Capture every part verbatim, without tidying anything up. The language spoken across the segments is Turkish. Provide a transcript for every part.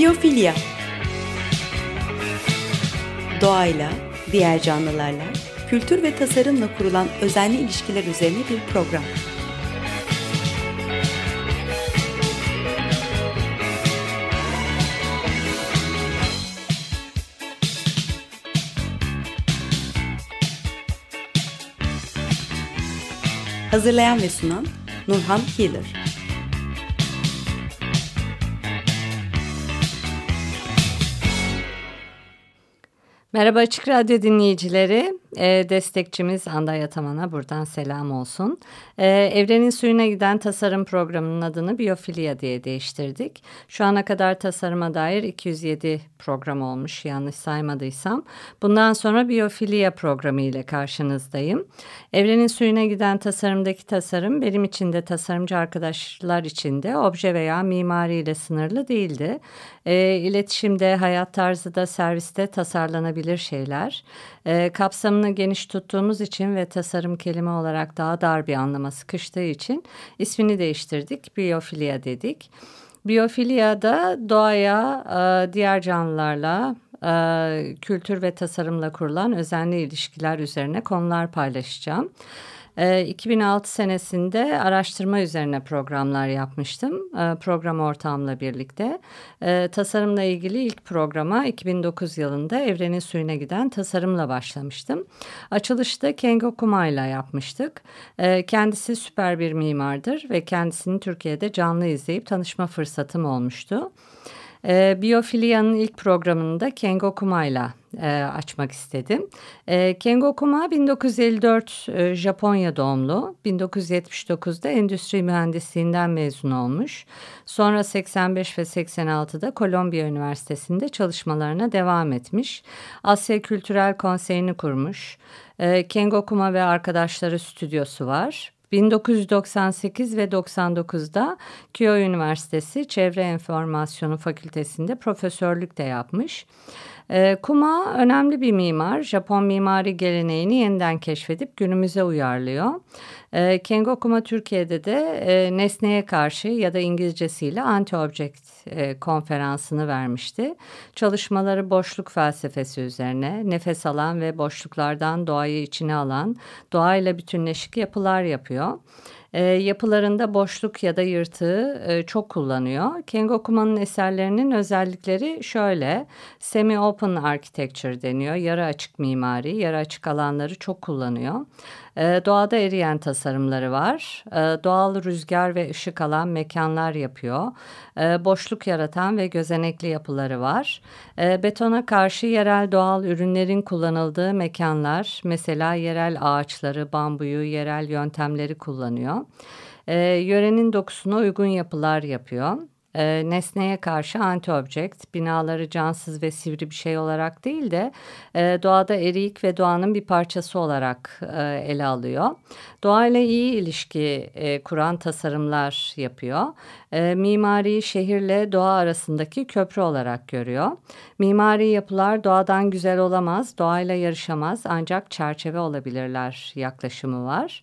Biyofilya. Doğayla, diğer canlılarla, kültür ve tasarımla kurulan özenli ilişkiler üzerine bir program. Hazırlayan ve sunan Nurhan Healer. Merhaba Açık Radyo dinleyicileri, e, destekçimiz Anday Ataman'a buradan selam olsun. E, Evrenin Suyuna Giden Tasarım Programı'nın adını Biyofilya diye değiştirdik. Şu ana kadar tasarıma dair iki yüz yedi program olmuş, yanlış saymadıysam. Bundan sonra Biyofilya programı ile karşınızdayım. Evrenin Suyuna Giden Tasarım'daki tasarım benim için de tasarımcı arkadaşlar için de obje veya mimari ile sınırlı değildi. E, iletişimde, hayat tarzı da, serviste tasarlanabilir şeyler. E, kapsamını geniş tuttuğumuz için ve tasarım kelime olarak daha dar bir anlama sıkıştığı için ismini değiştirdik. Biyofilya dedik. Biyofilya da doğaya, e, diğer canlılarla, e, kültür ve tasarımla kurulan özenli ilişkiler üzerine konular paylaşacağım. iki bin altı senesinde araştırma üzerine programlar yapmıştım program ortağımla birlikte. Tasarımla ilgili ilk programa iki bin dokuz yılında Evrenin Suyuna Giden Tasarımla başlamıştım. Açılışta Kengo Kuma ile yapmıştık. Kendisi süper bir mimardır ve kendisini Türkiye'de canlı izleyip tanışma fırsatım olmuştu. E, Biyofilya'nın ilk programını da Kengo Kuma'yla e, açmak istedim. E, Kengo Kuma bin dokuz yüz elli dört e, Japonya doğumlu. bin dokuz yüz yetmiş dokuzda endüstri mühendisliğinden mezun olmuş. Sonra seksen beş ve seksen altıda Kolombiya Üniversitesi'nde çalışmalarına devam etmiş. Asya Kültürel Konseyi'ni kurmuş. E, Kengo Kuma ve arkadaşları stüdyosu var. bin dokuz yüz doksan sekiz ve doksan dokuzda Kyoto Üniversitesi Çevre Enformasyonu Fakültesi'nde profesörlük de yapmış. E, Kuma önemli bir mimar. Japon mimari geleneğini yeniden keşfedip günümüze uyarlıyor. E, Kengo Kuma Türkiye'de de e, nesneye karşı ya da İngilizcesiyle anti-object e, konferansını vermişti. Çalışmaları boşluk felsefesi üzerine, nefes alan ve boşluklardan doğayı içine alan, doğayla bütünleşik yapılar yapıyor. E, yapılarında boşluk ya da yırtığı e, çok kullanıyor. Kengo Kuma'nın eserlerinin özellikleri şöyle: semi-open architecture deniyor. Yarı açık mimari, yarı açık alanları çok kullanıyor. E, doğada eriyen tasarımları var. E, doğal rüzgar ve ışık alan mekanlar yapıyor. E, boşluk yaratan ve gözenekli yapıları var. E, betona karşı yerel doğal ürünlerin kullanıldığı mekanlar, mesela yerel ağaçları, bambuyu, yerel yöntemleri kullanıyor. E, yörenin dokusuna uygun yapılar yapıyor. E, nesneye karşı anti-object, binaları cansız ve sivri bir şey olarak değil de e, doğada eriyik ve doğanın bir parçası olarak e, ele alıyor. Doğayla iyi ilişki e, kuran tasarımlar yapıyor. E, mimariyi şehirle doğa arasındaki köprü olarak görüyor. Mimari yapılar doğadan güzel olamaz, doğayla yarışamaz, ancak çerçeve olabilirler yaklaşımı var.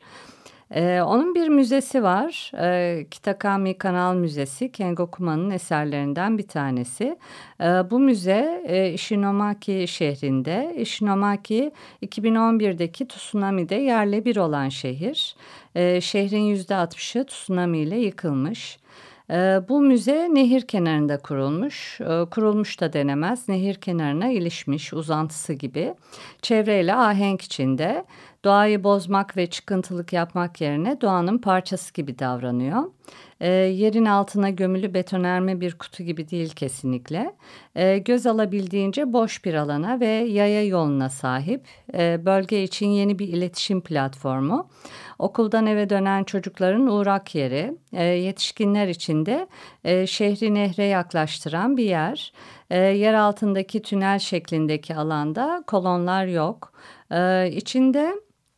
Ee, onun bir müzesi var. Ee, Kitakami Kanal Müzesi, Kengo Kuma'nın eserlerinden bir tanesi. Ee, bu müze e, Ishinomaki şehrinde. Ishinomaki iki bin on birdeki tsunami'de yerle bir olan şehir. Ee, şehrin yüzde altmışı tsunami ile yıkılmış. Ee, bu müze nehir kenarında kurulmuş. Ee, kurulmuş da denemez. Nehir kenarına ilişmiş, uzantısı gibi. Çevreyle ahenk içinde. Doğayı bozmak ve çıkıntılık yapmak yerine doğanın parçası gibi davranıyor. E, yerin altına gömülü betonarme bir kutu gibi değil kesinlikle. E, göz alabildiğince boş bir alana ve yaya yoluna sahip. E, bölge için yeni bir iletişim platformu. Okuldan eve dönen çocukların uğrak yeri. E, yetişkinler için de e, şehri nehre yaklaştıran bir yer. E, yer altındaki tünel şeklindeki alanda kolonlar yok. E, içinde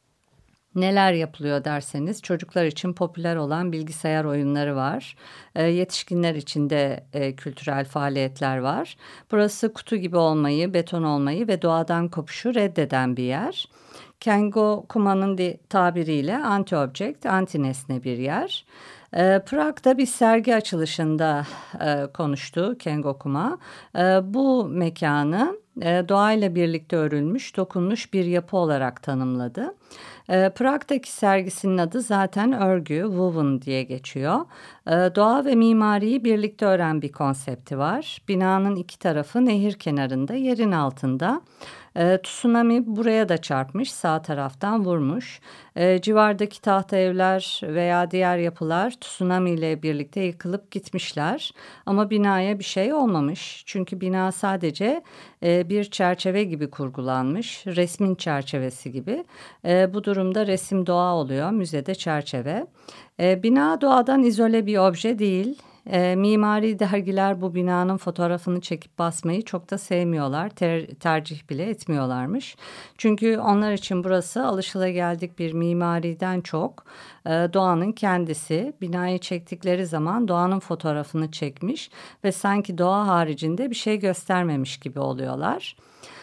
neler yapılıyor derseniz, çocuklar için popüler olan bilgisayar oyunları var. E, yetişkinler için de e, kültürel faaliyetler var. Burası kutu gibi olmayı, beton olmayı ve doğadan kopuşu reddeden bir yer. Kengo Kuma'nın de, tabiriyle anti-object, anti-nesne bir yer. E, Prag'da bir sergi açılışında e, konuştu Kengo Kuma. E, bu mekanı e, doğayla birlikte örülmüş, dokunmuş bir yapı olarak tanımladı. E, Prag'daki sergisinin adı zaten örgü, woven diye geçiyor. E, doğa ve mimariyi birlikte ören bir konsepti var. Binanın iki tarafı nehir kenarında, yerin altında. E, tsunami buraya da çarpmış, sağ taraftan vurmuş. E, civardaki tahta evler veya diğer yapılar tsunami ile birlikte yıkılıp gitmişler. Ama binaya bir şey olmamış. Çünkü bina sadece e, bir çerçeve gibi kurgulanmış, resmin çerçevesi gibi. E, bu durumda resim doğa oluyor, müzede çerçeve. E, bina doğadan izole bir obje değil. E, mimari dergiler bu binanın fotoğrafını çekip basmayı çok da sevmiyorlar, ter, tercih bile etmiyorlarmış. Çünkü onlar için burası alışılageldik bir mimariden çok e, doğanın kendisi. Binayı çektikleri zaman doğanın fotoğrafını çekmiş ve sanki doğa haricinde bir şey göstermemiş gibi oluyorlar.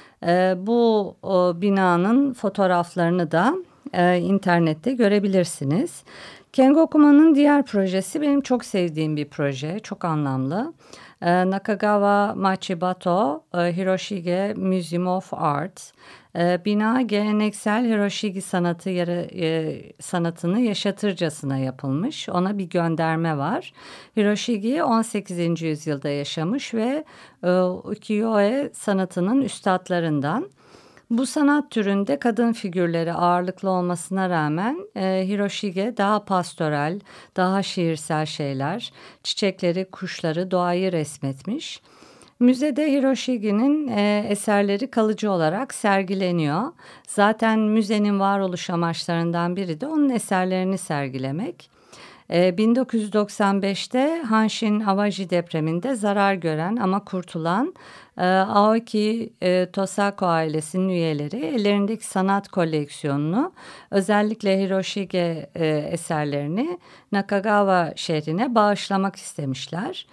E, bu o, binanın fotoğraflarını da e, internette görebilirsiniz. Kengo Kuma'nın diğer projesi benim çok sevdiğim bir proje, çok anlamlı. E, Nakagawa Machibato e, Hiroshige Museum of Art. E, bina geleneksel Hiroshige sanatı e, sanatını yaşatırcasına yapılmış. Ona bir gönderme var. Hiroshige on sekizinci yüzyılda yaşamış ve e, ukiyo-e sanatının üstadlarından. Bu sanat türünde kadın figürleri ağırlıklı olmasına rağmen e, Hiroshige daha pastoral, daha şiirsel şeyler, çiçekleri, kuşları, doğayı resmetmiş. Müzede Hiroshige'nin e, eserleri kalıcı olarak sergileniyor. Zaten müzenin varoluş amaçlarından biri de onun eserlerini sergilemek. bin dokuz yüz doksan beşte Hanshin Awaji depreminde zarar gören ama kurtulan e, Aoki e, Tosako ailesinin üyeleri ellerindeki sanat koleksiyonunu, özellikle Hiroshige e, eserlerini Nakagawa şehrine bağışlamak istemişler.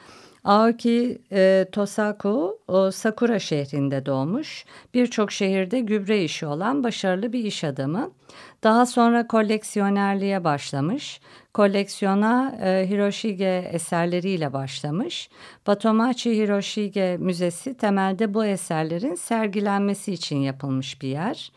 Aoki e, Tosako o, Sakura şehrinde doğmuş. Birçok şehirde gübre işi olan başarılı bir iş adamı. Daha sonra koleksiyonerliğe başlamış. Koleksiyona e, Hiroshige eserleriyle başlamış. Batomachi Hiroshige Müzesi temelde bu eserlerin sergilenmesi için yapılmış bir yer.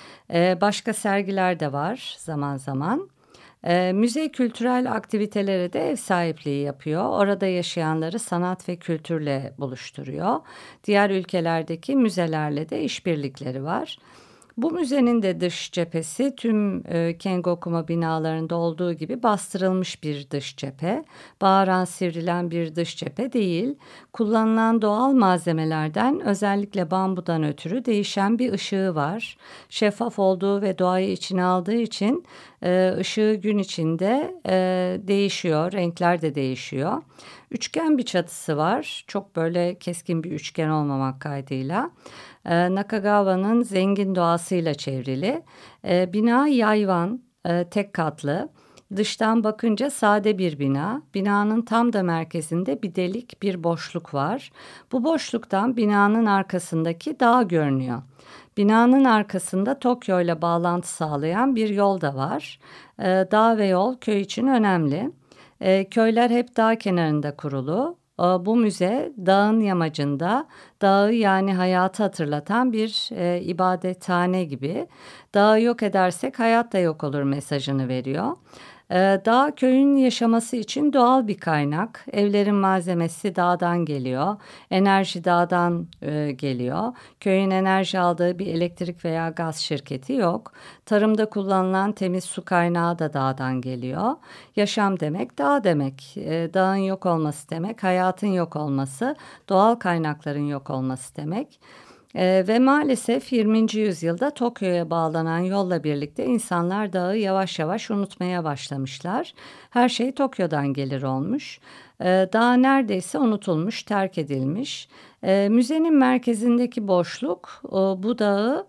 E, başka sergiler de var zaman zaman. E, müze kültürel aktivitelere de ev sahipliği yapıyor. Orada yaşayanları sanat ve kültürle buluşturuyor. Diğer ülkelerdeki müzelerle de işbirlikleri var. Bu müzenin de dış cephesi tüm e, Kengo Kuma binalarında olduğu gibi bastırılmış bir dış cephe. Bağıran, sivrilen bir dış cephe değil. Kullanılan doğal malzemelerden, özellikle bambudan ötürü değişen bir ışığı var. Şeffaf olduğu ve doğayı içine aldığı için e, ışığı gün içinde e, değişiyor, renkler de değişiyor. Üçgen bir çatısı var. Çok böyle keskin bir üçgen olmamak kaydıyla. Ee, Nakagawa'nın zengin doğasıyla çevrili. Ee, bina yayvan, e, tek katlı. Dıştan bakınca sade bir bina. Binanın tam da merkezinde bir delik, bir boşluk var. Bu boşluktan binanın arkasındaki dağ görünüyor. Binanın arkasında Tokyo ile bağlantı sağlayan bir yol da var. Ee, dağ ve yol köy için önemli. Ee, köyler hep dağ kenarında kurulu. Bu müze dağın yamacında, dağı yani hayatı hatırlatan bir e, ibadethane gibi. Dağı yok edersek hayat da yok olur mesajını veriyor. E, dağ köyün yaşaması için doğal bir kaynak. Evlerin malzemesi dağdan geliyor, enerji dağdan e, geliyor. Köyün enerji aldığı bir elektrik veya gaz şirketi yok. Tarımda kullanılan temiz su kaynağı da dağdan geliyor. Yaşam demek dağ demek. E, dağın yok olması demek, hayatın yok olması, doğal kaynakların yok olması demek. Ee, ve maalesef yirminci yüzyılda Tokyo'ya bağlanan yolla birlikte insanlar dağı yavaş yavaş unutmaya başlamışlar. Her şey Tokyo'dan gelir olmuş. Ee, dağ neredeyse unutulmuş, terk edilmiş. Ee, müzenin merkezindeki boşluk o, bu dağı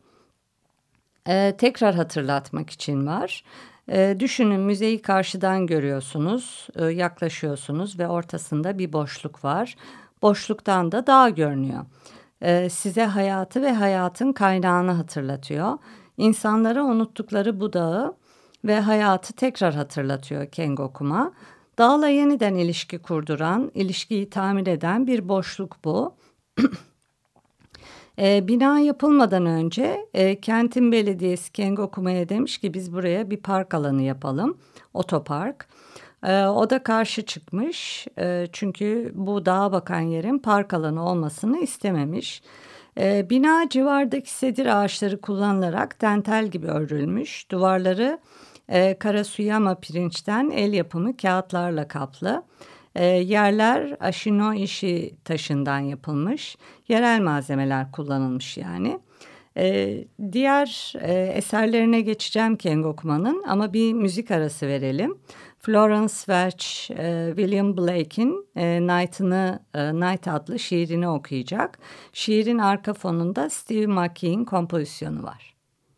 e, tekrar hatırlatmak için var. E, düşünün, müzeyi karşıdan görüyorsunuz, e, yaklaşıyorsunuz ve ortasında bir boşluk var. Boşluktan da dağ görünüyor. Size hayatı ve hayatın kaynağını hatırlatıyor. İnsanlara unuttukları bu dağı ve hayatı tekrar hatırlatıyor Kengokuma. Dağla yeniden ilişki kurduran, ilişkiyi tamir eden bir boşluk bu. E, bina yapılmadan önce e, kentin belediyesi Kengokuma'ya demiş ki biz buraya bir park alanı yapalım, otopark. E, o da karşı çıkmış e, çünkü bu dağa bakan yerin park alanı olmasını istememiş. E, bina civardaki sedir ağaçları kullanılarak dantel gibi örülmüş, duvarları e, Karasuyama pirinçten el yapımı kağıtlarla kaplı. E, yerler Ashino-ishi taşından yapılmış, yerel malzemeler kullanılmış yani. E, diğer e, eserlerine geçeceğim Kengokuma'nın ama bir müzik arası verelim. Florence Welch, e, William Blake'in e, Night'ını, e, Night adlı şiirini okuyacak. Şiirin arka fonunda Steve McKee'nin kompozisyonu var.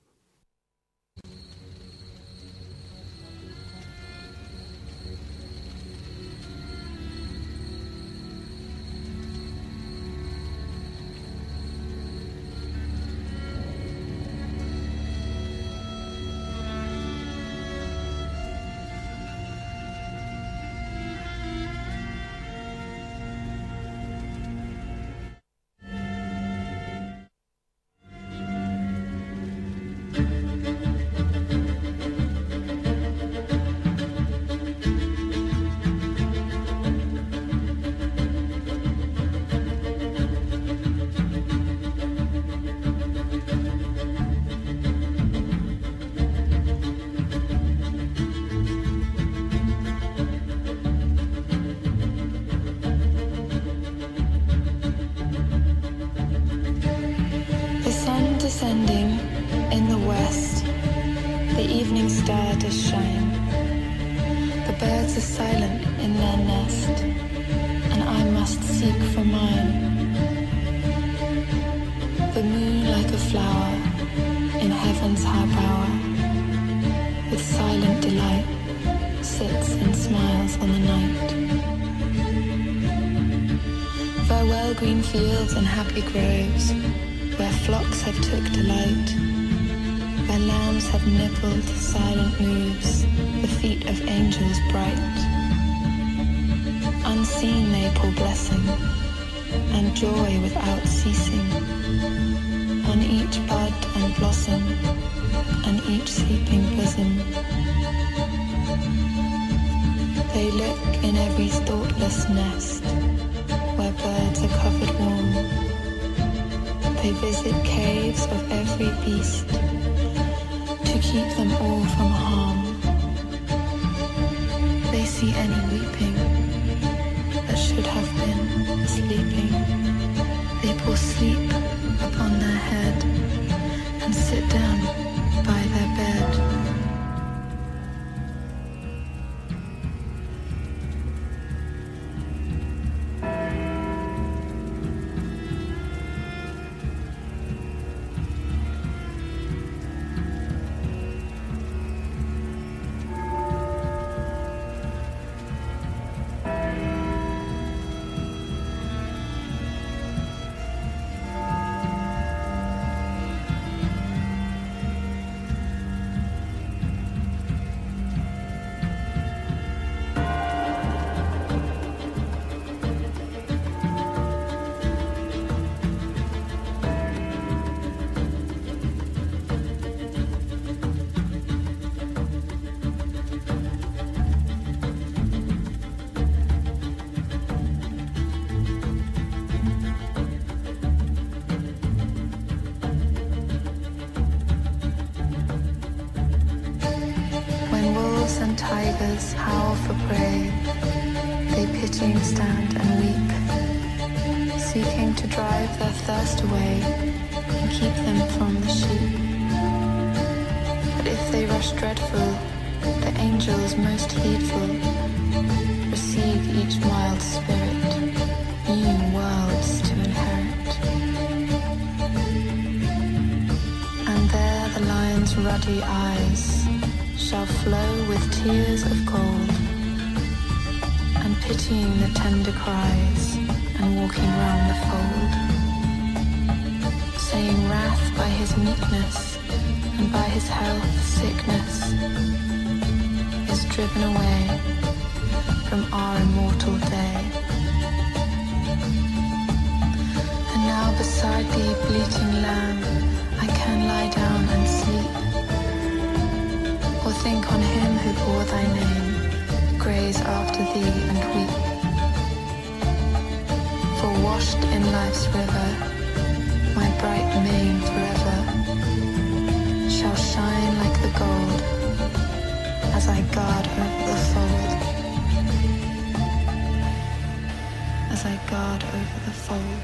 Descending in the west, the evening star does shine. The birds are silent in their nest, and I must seek for mine. The moon like a flower in heaven's high bower, with silent delight, sits and smiles on the night. Farewell green fields and happy groves, where flocks have took delight, where lambs have nibbled silent moves, the feet of angels bright. Unseen they pour blessing and joy without ceasing on each bud and blossom and each sleeping bosom. They look in every thoughtless nest where birds are covered warm. They visit caves of every beast to keep them all from harm. They see any weeping that should have been sleeping. They pour sleep upon their head and sit down by their bed. And tigers howl for prey, they pitying stand and weep, seeking to drive their thirst away and keep them from the sheep. But if they rush dreadful, the angels most heedful receive each mild spirit, new worlds to inherit. And there the lion's ruddy eyes shall flow with tears of gold, and pitying the tender cries and walking round the fold, saying wrath by his meekness and by his health sickness is driven away from our immortal day. And now beside thee, bleating lamb, I can lie down and sleep, or think on him who bore thy name, graze after thee and weep. For washed in life's river, my bright mane forever shall shine like the gold as I guard over the fold, as I guard over the fold.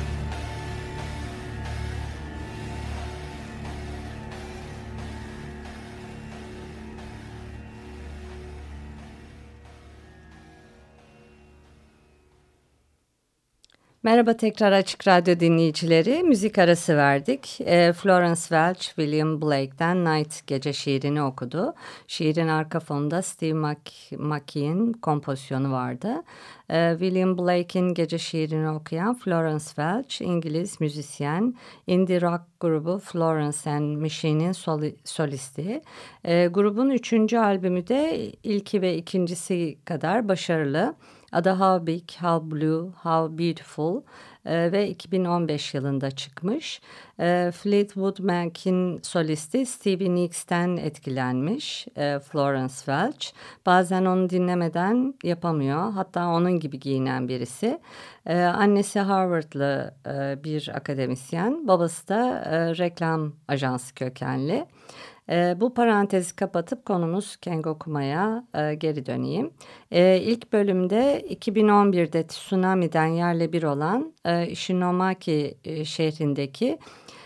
Merhaba tekrar Açık Radyo dinleyicileri. Müzik arası verdik. E, Florence Welch, William Blake'den Night Gece şiirini okudu. Şiirin arka fonunda Steve Mac- McKee'nin kompozisyonu vardı. E, William Blake'in Gece şiirini okuyan Florence Welch, İngiliz müzisyen, indie rock grubu Florence and Machine'in soli- solisti. E, grubun üçüncü albümü de ilki ve ikincisi kadar başarılı. Adı How Big, How Blue, How Beautiful e, ve iki bin on beş yılında çıkmış. E, Fleetwood Mac'in solisti Stevie Nicks'ten etkilenmiş e, Florence Welch. Bazen onu dinlemeden yapamıyor. Hatta onun gibi giyinen birisi. E, annesi Harvard'lı e, bir akademisyen. Babası da e, reklam ajansı kökenli. E, bu parantezi kapatıp konumuz Kengo Kuma'ya e, geri döneyim. E, ilk bölümde iki bin on birde tsunami'den yerle bir olan e, Ishinomaki e, şehrindeki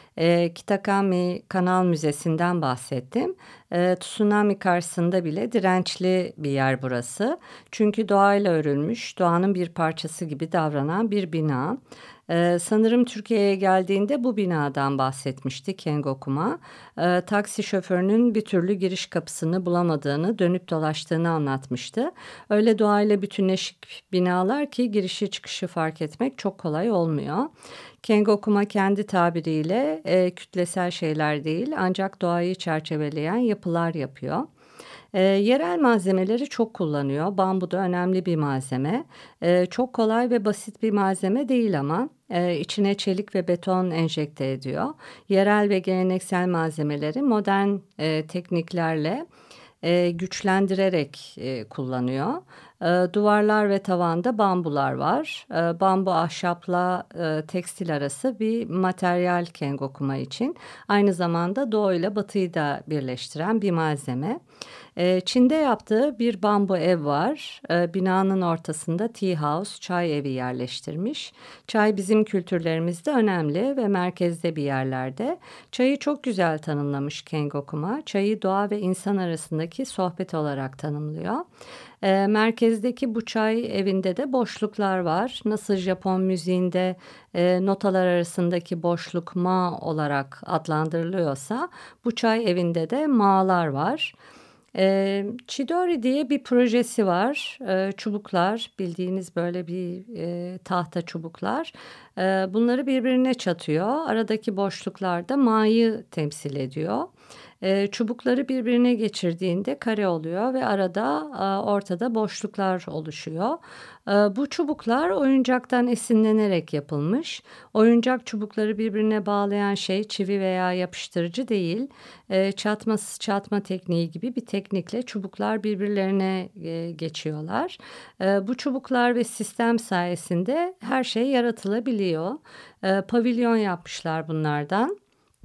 e, Kitakami Kanal Müzesi'nden bahsettim. E, tsunami karşısında bile dirençli bir yer burası. Çünkü doğayla örülmüş, doğanın bir parçası gibi davranan bir bina. Ee, sanırım Türkiye'ye geldiğinde bu binadan bahsetmişti Kengo Kuma. Ee, taksi şoförünün bir türlü giriş kapısını bulamadığını, dönüp dolaştığını anlatmıştı. Öyle doğayla bütünleşik binalar ki girişi çıkışı fark etmek çok kolay olmuyor. Kengo Kuma kendi tabiriyle e, kütlesel şeyler değil ancak doğayı çerçeveleyen yapılar yapıyor. E, yerel malzemeleri çok kullanıyor. Bambu da önemli bir malzeme. E, çok kolay ve basit bir malzeme değil ama e, içine çelik ve beton enjekte ediyor. Yerel ve geleneksel malzemeleri modern e, tekniklerle e, güçlendirerek e, kullanıyor. E, duvarlar ve tavanda bambular var. E, bambu ahşapla e, tekstil arası bir materyal Kengo Kuma için. Aynı zamanda doğu ile batıyı da birleştiren bir malzeme. E, Çin'de yaptığı bir bambu ev var. E, binanın ortasında tea house, çay evi yerleştirmiş. Çay bizim kültürlerimizde önemli ve merkezde bir yerlerde. Çayı çok güzel tanımlamış Kengo Kuma. Çayı doğa ve insan arasındaki sohbet olarak tanımlıyor. E, merkezdeki bu çay evinde de boşluklar var. Nasıl Japon müziğinde e, notalar arasındaki boşluk ma olarak adlandırılıyorsa bu çay evinde de ma'lar var. E, Chidori diye bir projesi var. E, çubuklar, bildiğiniz böyle bir e, tahta çubuklar. E, bunları birbirine çatıyor. Aradaki boşluklar da ma'yı temsil ediyor. E, çubukları birbirine geçirdiğinde kare oluyor ve arada e, ortada boşluklar oluşuyor. E, bu çubuklar oyuncaktan esinlenerek yapılmış. Oyuncak çubukları birbirine bağlayan şey çivi veya yapıştırıcı değil. E, çatma çatma tekniği gibi bir teknikle çubuklar birbirlerine e, geçiyorlar. E, bu çubuklar ve sistem sayesinde her şey yaratılabiliyor. E, pavilyon yapmışlar bunlardan.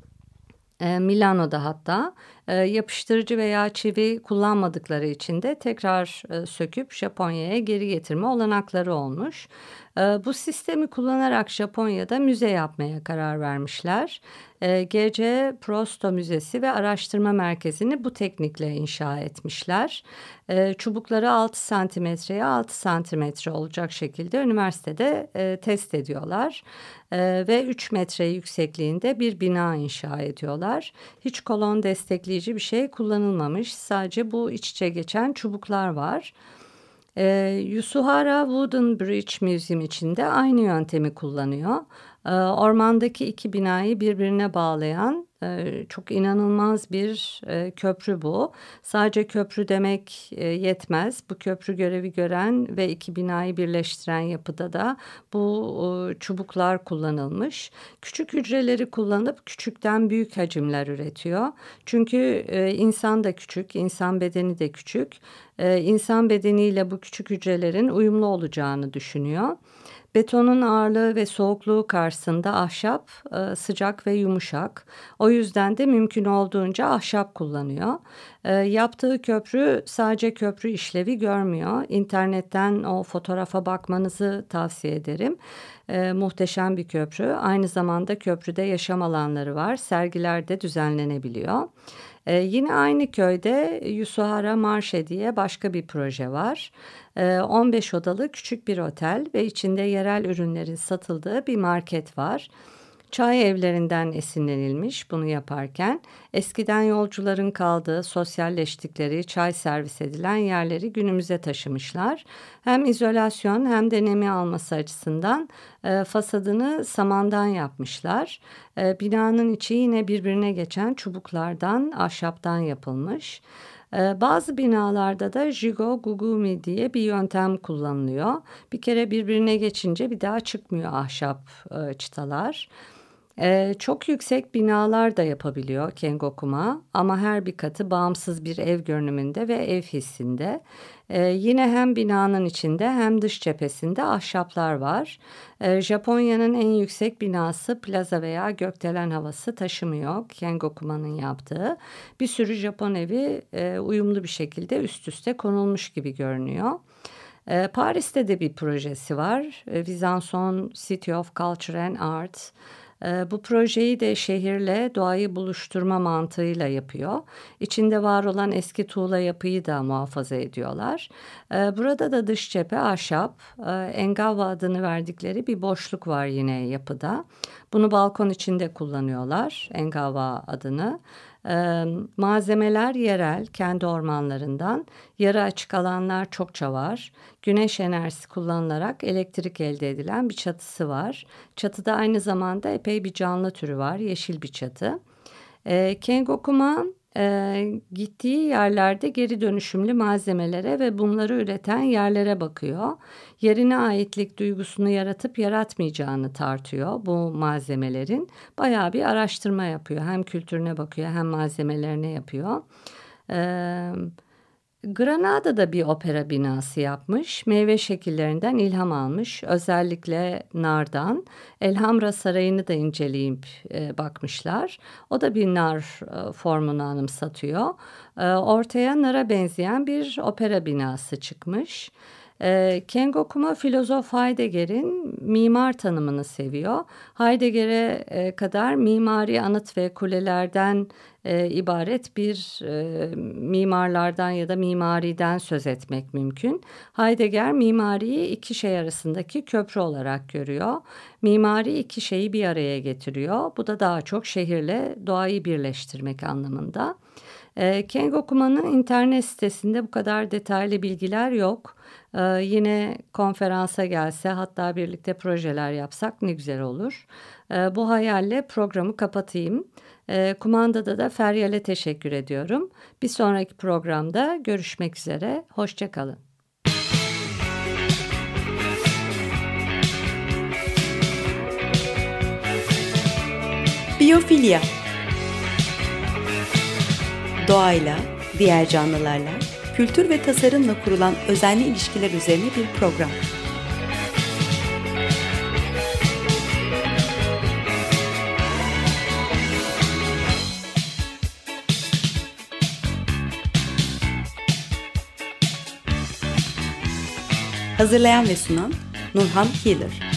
Milano'da hatta yapıştırıcı veya çivi kullanmadıkları için de tekrar söküp Japonya'ya geri getirme olanakları olmuş. Bu sistemi kullanarak Japonya'da müze yapmaya karar vermişler. G C Prosto Müzesi ve Araştırma Merkezi'ni bu teknikle inşa etmişler. Çubukları altı santimetreye altı santimetre olacak şekilde üniversitede test ediyorlar. Ve üç metre yüksekliğinde bir bina inşa ediyorlar. Hiç kolon destekleyici bir şey kullanılmamış. Sadece bu iç içe geçen çubuklar var. E, Yasuhara Wooden Bridge Museum için de aynı yöntemi kullanıyor. E, ormandaki iki binayı birbirine bağlayan Çok inanılmaz bir köprü bu. Sadece köprü demek yetmez. Bu köprü görevi gören ve iki binayı birleştiren yapıda da bu çubuklar kullanılmış. Küçük hücreleri kullanıp küçükten büyük hacimler üretiyor. Çünkü insan da küçük, insan bedeni de küçük. İnsan bedeniyle bu küçük hücrelerin uyumlu olacağını düşünüyor. Betonun ağırlığı ve soğukluğu karşısında ahşap e, sıcak ve yumuşak. O yüzden de mümkün olduğunca ahşap kullanıyor. E, yaptığı köprü sadece köprü işlevi görmüyor. İnternetten o fotoğrafa bakmanızı tavsiye ederim. E, muhteşem bir köprü. Aynı zamanda köprüde yaşam alanları var. Sergiler de düzenlenebiliyor. Ee, yine aynı köyde Yusuhara Marşe diye başka bir proje var. Ee, on beş odalı küçük bir otel ve içinde yerel ürünlerin satıldığı bir market var. Çay evlerinden esinlenilmiş bunu yaparken. Eskiden yolcuların kaldığı, sosyalleştikleri, çay servis edilen yerleri günümüze taşımışlar. Hem izolasyon hem de nemi alması açısından e, fasadını samandan yapmışlar. E, binanın içi yine birbirine geçen çubuklardan, ahşaptan yapılmış. Bazı binalarda da jigo gugumi diye bir yöntem kullanılıyor. Bir kere birbirine geçince bir daha çıkmıyor ahşap çıtalar. Ee, çok yüksek binalar da yapabiliyor Kengokuma ama her bir katı bağımsız bir ev görünümünde ve ev hissinde. Ee, yine hem binanın içinde hem dış cephesinde ahşaplar var. Ee, Japonya'nın en yüksek binası plaza veya gökdelen havası taşımıyor Kengokuma'nın yaptığı. Bir sürü Japon evi e, uyumlu bir şekilde üst üste konulmuş gibi görünüyor. Paris'te de bir projesi var. Vizanson City of Culture and Art. Bu projeyi de şehirle doğayı buluşturma mantığıyla yapıyor. İçinde var olan eski tuğla yapıyı da muhafaza ediyorlar. Burada da dış cephe ahşap, engawa adını verdikleri bir boşluk var yine yapıda. Bunu balkon içinde kullanıyorlar, engawa adını. Ee, malzemeler yerel, kendi ormanlarından, yarı açık alanlar çokça var. Güneş enerjisi kullanılarak elektrik elde edilen bir çatısı var. Çatıda aynı zamanda epey bir canlı türü var, yeşil bir çatı. Ee, Kengokuma e, gittiği yerlerde geri dönüşümlü malzemelere ve bunları üreten yerlere bakıyor. Yerine aitlik duygusunu yaratıp yaratmayacağını tartıyor bu malzemelerin. Bayağı bir araştırma yapıyor. Hem kültürüne bakıyor hem malzemelerine yapıyor. Ee, Granada'da bir opera binası yapmış. Meyve şekillerinden ilham almış. Özellikle nardan. Elhamra Sarayı'nı da inceleyip e, bakmışlar. O da bir nar e, formunu anımsatıyor. E, ortaya nara benzeyen bir opera binası çıkmış. E, Kengokuma filozof Heidegger'in mimar tanımını seviyor. Heidegger'e e, kadar mimari anıt ve kulelerden e, ibaret bir e, mimarlardan ya da mimariden söz etmek mümkün. Heidegger mimariyi iki şey arasındaki köprü olarak görüyor. Mimari iki şeyi bir araya getiriyor. Bu da daha çok şehirle doğayı birleştirmek anlamında. E, Kengokuma'nın internet sitesinde bu kadar detaylı bilgiler yok. Ee, yine konferansa gelse hatta birlikte projeler yapsak ne güzel olur. Ee, bu hayalle programı kapatayım. Ee, kumandada da Feryal'e teşekkür ediyorum. Bir sonraki programda görüşmek üzere. Hoşça kalın. Biyofilya. Doğayla, diğer canlılarla, kültür ve tasarımla kurulan özenli ilişkiler üzerine bir program. Hazırlayan ve sunan Nurhan Healer.